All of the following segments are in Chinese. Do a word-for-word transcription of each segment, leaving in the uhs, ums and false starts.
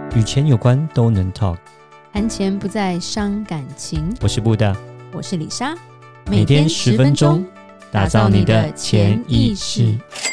与钱有关都能 talk。 谈钱不再伤感情。 我是布大， 我是李莎， 每天十分钟，打造你的潜意识，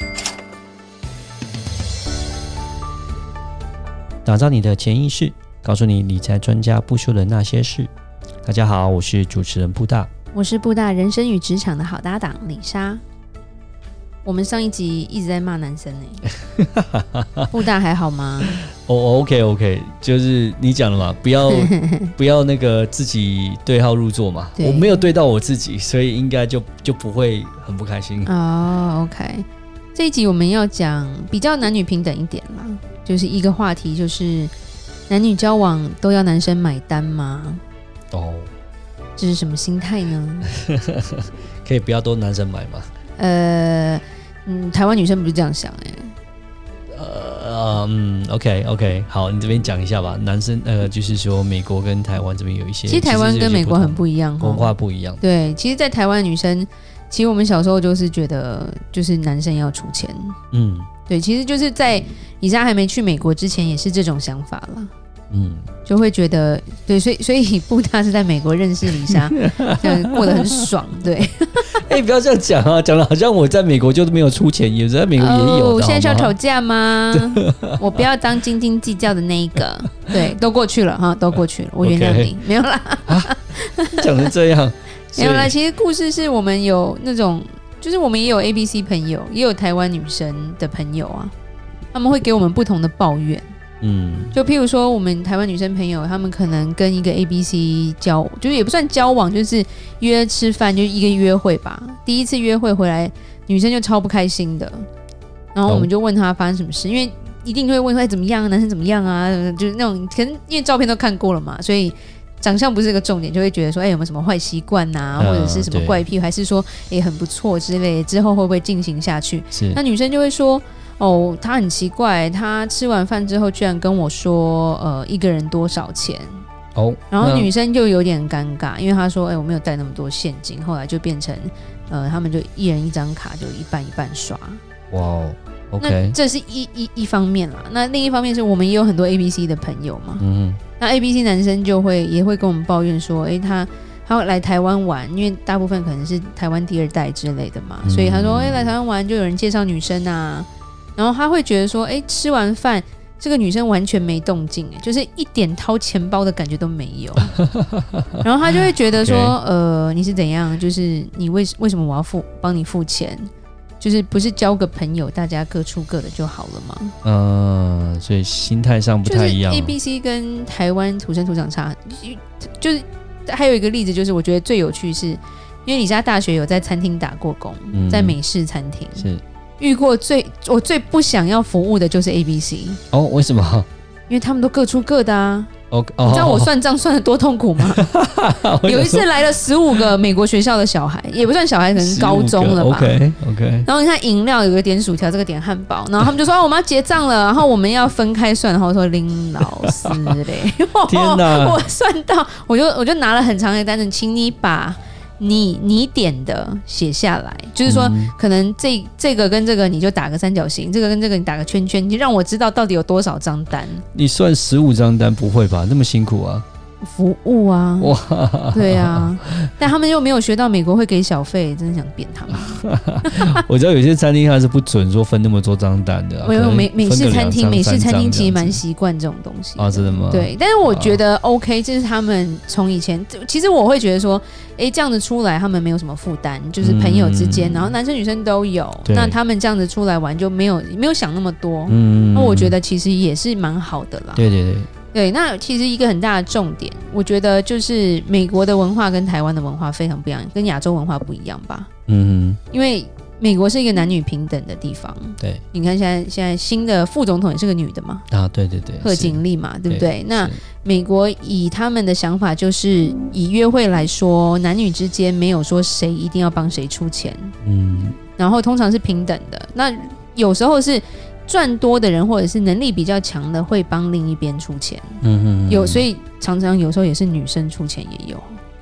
打造你的潜意识，告诉你理财专家不说的那些事。大家好，我是主持人布大， 我是布大人生与职场的好搭档李莎。我们上一集一直在骂男生呢，布大还好吗？ 哦、OK OK， 就是你讲了嘛，不要不要那个自己对号入座嘛。我没有对到我自己，所以应该就就不会很不开心。 哦 OK， 这一集我们要讲比较男女平等一点啦，就是一个话题，就是男女交往都要男生买单吗？哦，这是什么心态呢？ 可以不要都男生买吗？ 呃，嗯，台湾女生不是这样想哎、 欸。呃，嗯 ，OK OK， 好，你这边讲一下吧。男生呃，就是说美国跟台湾这边有一些， 其实台湾跟美国很不一样， 文化不一样。 对，其实，在台湾女生，其实我们小时候就是觉得，就是男生要出钱。嗯，对，其实就是在李莎还没去美国之前，也是这种想法了。嗯，就会觉得对，所以所以布大是在美国认识李莎，这样过得很爽，对。 哎、欸，不要这样讲啊，讲的好像我在美国就没有出钱，有时候在美国也有。 哦，现在是要吵架吗？我不要当斤斤计较的那一个，对，都过去了哈，都过去了，我原谅你， okay. 没有啦。 讲、啊、成这样， 没有啦。其实故事是我们有那种，就是我们也有 A B C 朋友，也有台湾女生的朋友啊，他们会给我们不同的抱怨。嗯，就譬如说我们台湾女生朋友，他们可能跟一个 A B C 交，就是也不算交往，就是约吃饭，就是一个约会吧。第一次约会回来，女生就超不开心的，然后我们就问她发生什么事，因为一定会问她怎么样，男生怎么样啊，就是那种可能因为照片都看过了嘛，所以长相不是个重点，就会觉得说，哎、欸，有没有什么坏习惯啊，或者是什么怪癖，还是说，哎、欸，很不错之类的，之后会不会进行下去？那女生就会说。哦，他很奇怪，他吃完饭之后居然跟我说，呃，一个人多少钱？哦，然后女生就有点尴尬，因为她说，哎、欸，我没有带那么多现金，后来就变成，呃，他们就一人一张卡，就一半一半刷。哇、哦 ，OK， 那这是一一一方面啦。那另一方面是我们也有很多 A B C 的朋友嘛，嗯，那 A B C 男生就会也会跟我们抱怨说，哎、欸，他。他来台湾玩，因为大部分可能是台湾第二代之类的嘛，嗯、所以他说，哎、欸，来台湾玩就有人介绍女生啊。然后他会觉得说，哎，吃完饭这个女生完全没动静，就是一点掏钱包的感觉都没有。然后他就会觉得说， okay. 呃，你是怎样？就是你为为什么我要付帮你付钱？就是不是交个朋友，大家各出各的就好了吗？嗯， 所以心态上不太一样。 就是 A B C 跟台湾土生土长差，就是还有一个例子，就是我觉得最有趣是，因为李莎大学有在餐厅打过工，嗯、在美式餐厅是。遇过最我最不想要服务的就是 A B C 哦，为什么？ 因为他们都各出各的啊。 哦， 你知道我算账算得多痛苦吗？有一次来了十五个美国学校的小孩，也不算小孩，可能高中了吧。 OK OK。 然后你看饮料有个点薯条，这个点汉堡，然后他们就说、啊、我们要结账了，然后我们要分开算，然后我说林老师嘞， 天哪！ 我算到我就我就拿了很长的单子，请你把。你你点的写下来，就是说、嗯、可能这这个跟这个你就打个三角形，这个跟这个你打个圈圈，你让我知道到底有多少张单。 你算十五张单不会吧？那么辛苦啊！ 服务啊，哇，对啊，但他们又没有学到美国会给小费，真的想扁他们。 我知道有些餐厅它是不准说分那么多张单的、啊， 我有美美式餐厅，美式餐厅其实蛮习惯这种东西啊，真的吗？ 对，但是我觉得 OK， 这是他们从以前，其实我会觉得说，哎，这样子出来他们没有什么负担，就是朋友之间、嗯，然后男生女生都有，那他们这样子出来玩就没有没有想那么多，嗯，那我觉得其实也是蛮好的啦。 对对对。 对，那其实一个很大的重点，我觉得就是美国的文化跟台湾的文化非常不一样，跟亚洲文化不一样吧。嗯哼，因为美国是一个男女平等的地方。对，你看现在现在新的副总统也是个女的嘛？ 啊，对对对， 贺锦丽嘛，对不对？那美国以他们的想法就是以约会来说，男女之间没有说谁一定要帮谁出钱，嗯，然后通常是平等的。那有时候是。赚多的人或者是能力比较强的会帮另一边出钱，嗯哼嗯哼，有，所以常常有时候也是女生出钱也有。哦，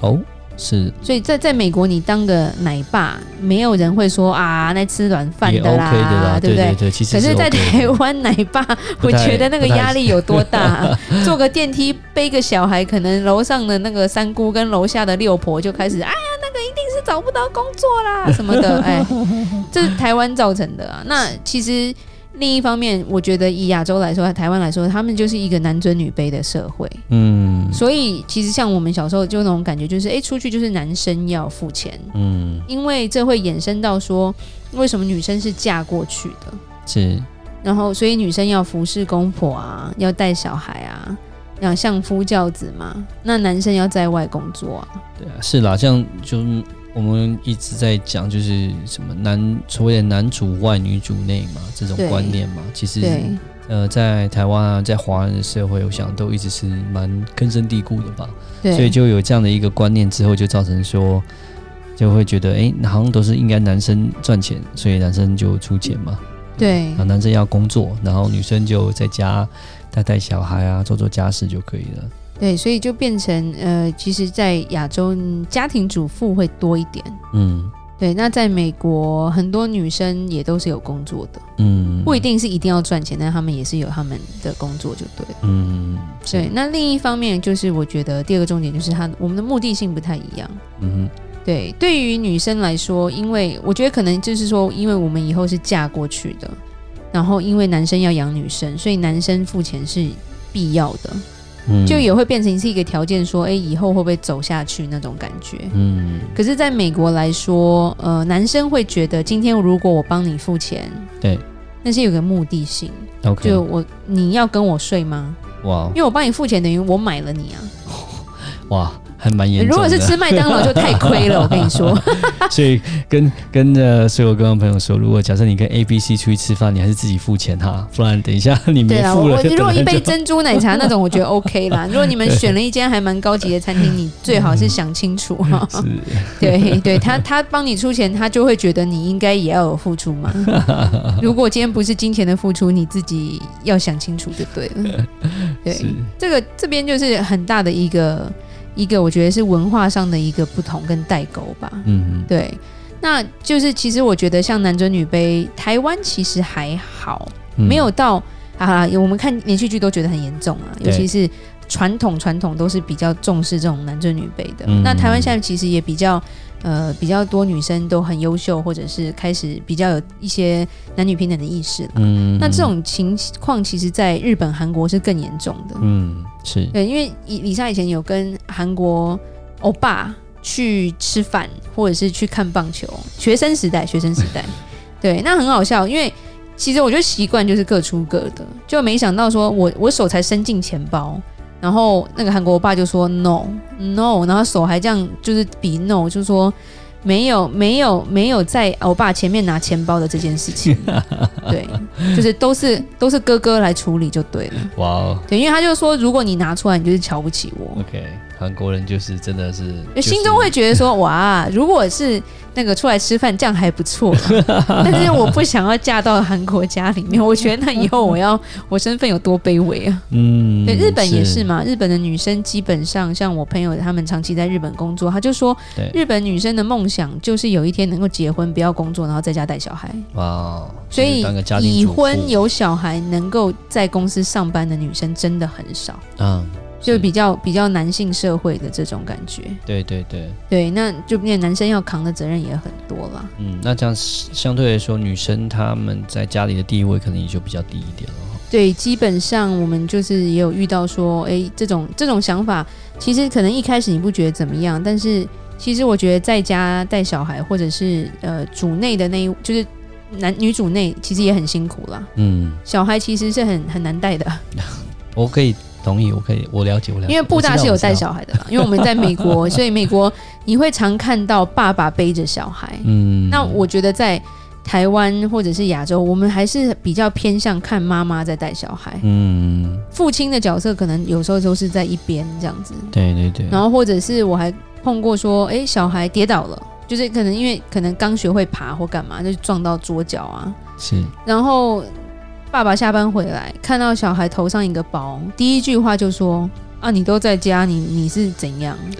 是， 所以在在美国，你当个奶爸，没有人会说啊，那吃软饭的啦， OK 的啦， 对不对？ 对对对，其实是 OK 的。 可是，在台湾奶爸会觉得那个压力有多大、啊？坐个电梯背个小孩，可能楼上的那个三姑跟楼下的六婆就开始，哎呀，那个一定是找不到工作啦什么的，哎，这是台湾造成的啊。那其实。另一方面，我觉得以亚洲来说，台湾来说，他们就是一个男尊女卑的社会。嗯，所以其实像我们小时候就那种感觉，就是哎，出去就是男生要付钱。嗯，因为这会衍生到说，为什么女生是嫁过去的？ 是。 然后，所以女生要服侍公婆啊，要带小孩啊，要相夫教子嘛。那男生要在外工作啊。 对啊，是啦，这样就。我们一直在讲，就是什么男所谓的男主外女主内嘛，这种观念嘛，其实呃，在台湾啊，在华人的社会，我想都一直是蛮根深蒂固的吧。所以就有这样的一个观念之后，就造成说，就会觉得，哎，好像都是应该男生赚钱，所以男生就出钱嘛。 对， 啊，男生要工作，然后女生就在家带带小孩啊，做做家事就可以了。 对，所以就变成呃，其实，在亚洲家庭主妇会多一点。嗯，对。那在美国，很多女生也都是有工作的。嗯，不一定是一定要赚钱，但他们也是有他们的工作就对了。嗯，对。那另一方面，就是我觉得第二个重点就是他我们的目的性不太一样。嗯，对。对于女生来说，因为我觉得可能就是说，因为我们以后是嫁过去的，然后因为男生要养女生，所以男生付钱是必要的。就也会变成是一个条件说，哎，以后会不会走下去那种感觉。嗯，可是在美国来说，呃，男生会觉得今天如果我帮你付钱， 对， 那是有个目的性。 Okay. 就我你要跟我睡吗？ 哇， 因为我帮你付钱等于我买了你啊。 哇，还蛮严重的。 如果是吃麦当劳就太亏了，我跟你说。 所以跟跟呃所有观众朋友说，如果假设你跟 A B C 出去吃饭，你还是自己付钱哈，不然等一下你没付了。 对啊，如果一杯珍珠奶茶那种，我觉得 OK 啦。如果你们选了一间还蛮高级的餐厅，你最好是想清楚哈。是，对对，他他帮你出钱，他就会觉得你应该也要有付出嘛。如果今天不是金钱的付出，你自己要想清楚就对了。对，这个这边就是很大的一个。一个我觉得是文化上的一个不同跟代沟吧。嗯，对，那就是其实我觉得像男尊女卑，台湾其实还好，嗯、没有到啊，我们看连续剧都觉得很严重啊，尤其是传统传统都是比较重视这种男尊女卑的。嗯、那台湾现在其实也比较呃比较多女生都很优秀，或者是开始比较有一些男女平等的意识了。嗯，那这种情况其实在日本、韩国是更严重的。嗯。 是对，因为李莎以前有跟韩国欧巴去吃饭，或者是去看棒球，学生时代，学生时代，对，那很好笑，因为其实我觉得习惯就是各出各的，就没想到说我我手才伸进钱包，然后那个韩国欧巴就说 no no， 然后手还这样就是比 no， 就说。没有没有没有在欧巴前面拿钱包的这件事情，对，就是都是都是哥哥来处理就对了。哇哦，对，因为他就说，如果你拿出来，你就是瞧不起我。 OK， 韩国人就是真的是， 就是、心中会觉得说，哇，如果是那个出来吃饭，这样还不错。但是我不想要嫁到韩国家里面，我觉得那以后我要我身份有多卑微啊。嗯，对，日本也是嘛，日本的女生基本上像我朋友他们长期在日本工作，他就说，日本女生的梦想就是有一天能够结婚，不要工作，然后在家带小孩。哇，所以已婚有小孩能够在公司上班的女生真的很少。嗯。就比较比较男性社会的这种感觉， 对对对对，那就变男生要扛的责任也很多啦。 嗯，那这样相对来说，女生她们在家里的地位可能也就比较低一点了。 对，基本上我们就是也有遇到说，哎，这种这种想法，其实可能一开始你不觉得怎么样，但是其实我觉得在家带小孩或者是呃主内的那一就是男女主内，其实也很辛苦啦。嗯，小孩其实是很很难带的。 我可以。同意，我可以，我了解，我了解。 因为布大是有带小孩的啦，因为我们在美国，所以美国你会常看到爸爸背着小孩。嗯，那我觉得在台湾或者是亚洲，我们还是比较偏向看妈妈在带小孩。嗯，父亲的角色可能有时候都是在一边这样子。 对对对。 然后或者是我还碰过说，哎，小孩跌倒了，就是可能因为可能刚学会爬或干嘛，就撞到桌角啊。 是。然后。爸爸下班回来，看到小孩头上一个包，第一句话就说：“啊，你都在家，你你是怎样？”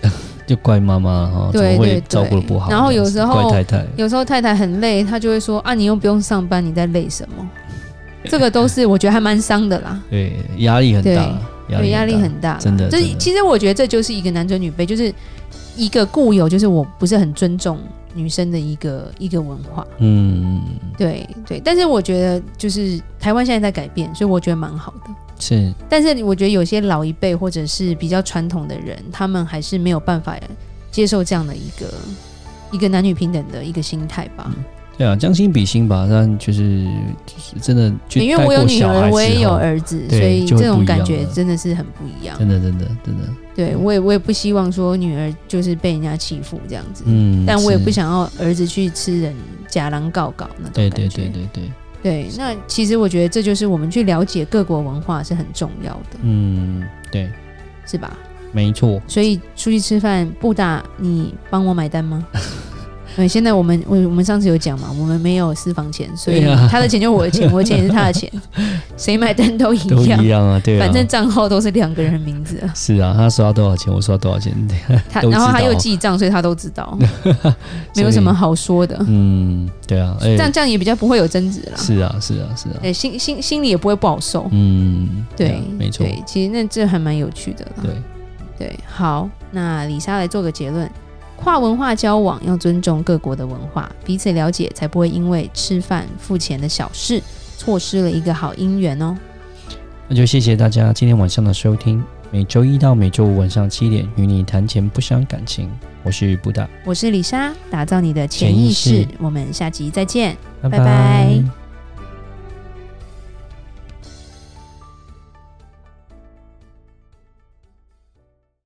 就怪妈妈哈，怎么会照顾的不好？ 然后有时候怪太太， 有时候太太很累，她就会说啊，你又不用上班，你在累什么？这个都是我觉得还蛮伤的啦。 对，压力很大， 对，压力很大， 真的。 这其实我觉得这就是一个男尊女卑，就是一个固有，就是我不是很尊重女生的一个一个文化。嗯，对对。但是我觉得就是台湾现在在改变，所以我觉得蛮好的。 是， 但是我觉得有些老一辈或者是比较传统的人，他们还是没有办法接受这样的一个一个男女平等的一个心态吧。嗯， 对啊，将心比心吧，但就是就是真的就， 因为我有女儿，我也有儿子，所以这种感觉真的是很不一样。 真的，真的，真的。 对，我也我也不希望说女儿就是被人家欺负这样子，嗯，但我也不想要儿子去吃人假狼告告那种感觉。对对对对对。对，那其实我觉得这就是我们去了解各国文化是很重要的。嗯， 对， 是吧？ 没错。 所以出去吃饭，布大，你帮我买单吗？对，现在我们我我们上次有讲嘛，我们没有私房钱，所以他的钱就我的钱，我的钱也是他的钱，谁买单都一样， 都一样啊，对啊， 反正账号都是两个人名字啊。 是啊，他刷多少钱，我刷多少钱， 他然后他又记账，所以他都知道，没有什么好说的。嗯， 对啊， 这样这样也比较不会有争执啦。 是啊，是啊，是啊， 哎，心心心里也不会不好受。 嗯， 对， 没错。 对，其实那这还蛮有趣的啦。 对对，好，那李莎来做个结论。跨文化交往要尊重各国的文化，彼此了解，才不会因为吃饭付钱的小事错失了一个好姻缘哦。 那就谢谢大家今天晚上的收听，每周一到每周五晚上七点与你谈钱不伤感情，我是布大， 我是李莎，打造你的潜意识，我们下集再见，拜拜。 拜拜。